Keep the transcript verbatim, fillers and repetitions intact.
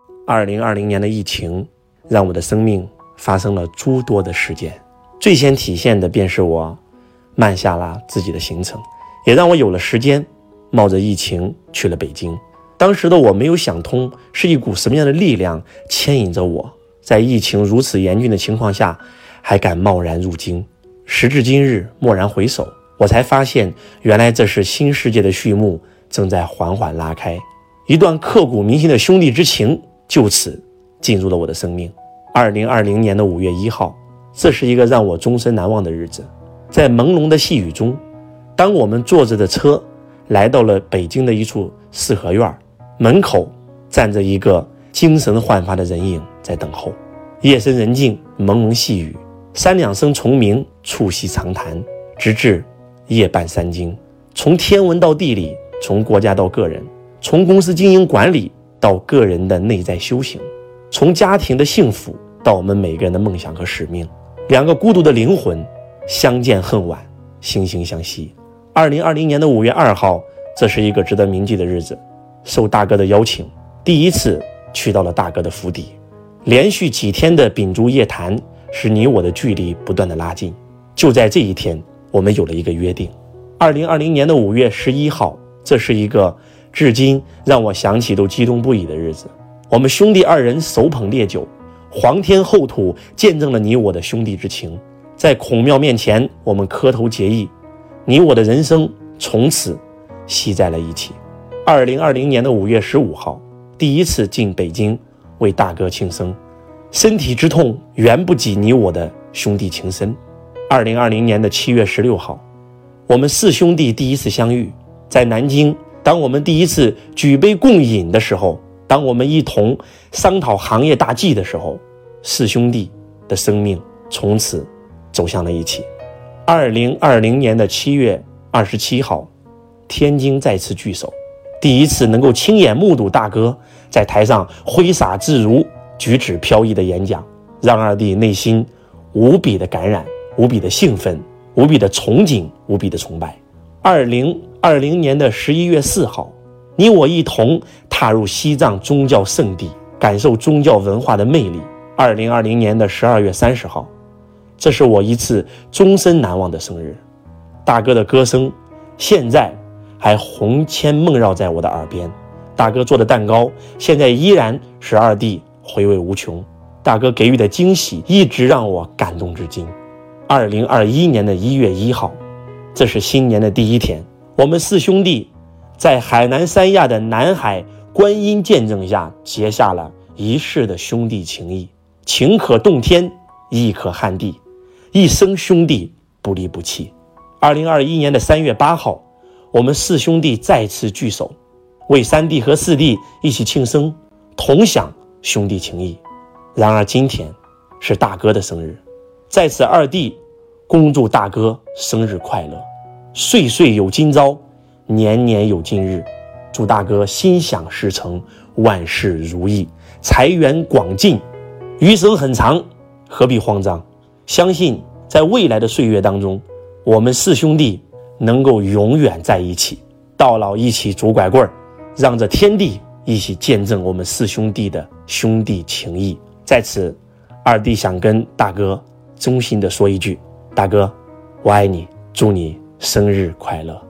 二零二零年的疫情让我的生命发生了诸多的事件，最先体现的便是我慢下了自己的行程，也让我有了时间冒着疫情去了北京。当时的我没有想通是一股什么样的力量牵引着我，在疫情如此严峻的情况下还敢贸然入京。时至今日，蓦然回首，我才发现原来这是新世界的序幕正在缓缓拉开，一段刻骨铭心的兄弟之情就此进入了我的生命。二零二零年的五月一号，这是一个让我终身难忘的日子。在朦胧的细雨中，当我们坐着的车来到了北京的一处四合院，门口站着一个精神焕发的人影在等候。夜深人静，朦胧细雨，三两声虫鸣，促膝长谈，直至夜半三更。从天文到地理，从国家到个人，从公司经营管理到个人的内在修行，从家庭的幸福到我们每个人的梦想和使命。两个孤独的灵魂相见恨晚，惺惺相惜。二零二零年的五月二号，这是一个值得铭记的日子。受大哥的邀请，第一次去到了大哥的府邸，连续几天的秉烛夜谈，使你我的距离不断的拉近。就在这一天，我们有了一个约定。二零二零年的五月十一号，这是一个至今让我想起都激动不已的日子。我们兄弟二人手捧烈酒，皇天厚土见证了你我的兄弟之情。在孔庙面前，我们磕头结义，你我的人生从此系在了一起。二零二零年的五月十五号，第一次进北京为大哥庆生，身体之痛远不及你我的兄弟情深。二零二零年的七月十六号，我们四兄弟第一次相遇，在南京，当我们第一次举杯共饮的时候，当我们一同商讨行业大计的时候，四兄弟的生命从此走向了一起。二零二零年的七月二十七号，天津再次聚首，第一次能够亲眼目睹大哥在台上挥洒自如、举止飘逸的演讲，让二弟内心无比的感染，无比的兴奋，无比的憧憬，无比的崇拜。二零二零年的十一月四号，你我一同踏入西藏宗教圣地，感受宗教文化的魅力。二零二零年的十二月三十号，这是我一次终身难忘的生日。大哥的歌声现在还魂牵梦绕在我的耳边，大哥做的蛋糕现在依然使二弟回味无穷，大哥给予的惊喜一直让我感动至今。二零二一年的一月一号，这是新年的第一天，我们四兄弟在海南三亚的南海观音见证下结下了一世的兄弟情谊，情可动天，义可撼地，一生兄弟不离不弃。二零二一年的三月八号，我们四兄弟再次聚首，为三弟和四弟一起庆生，同享兄弟情谊。然而今天是大哥的生日，在此二弟恭祝大哥生日快乐，岁岁有今朝，年年有今日。祝大哥心想事成，万事如意，财源广进。余生很长，何必慌张？相信在未来的岁月当中，我们四兄弟能够永远在一起，到老一起拄拐棍，让这天地一起见证我们四兄弟的兄弟情谊。在此，二弟想跟大哥衷心的说一句，大哥，我爱你，祝你生日快乐。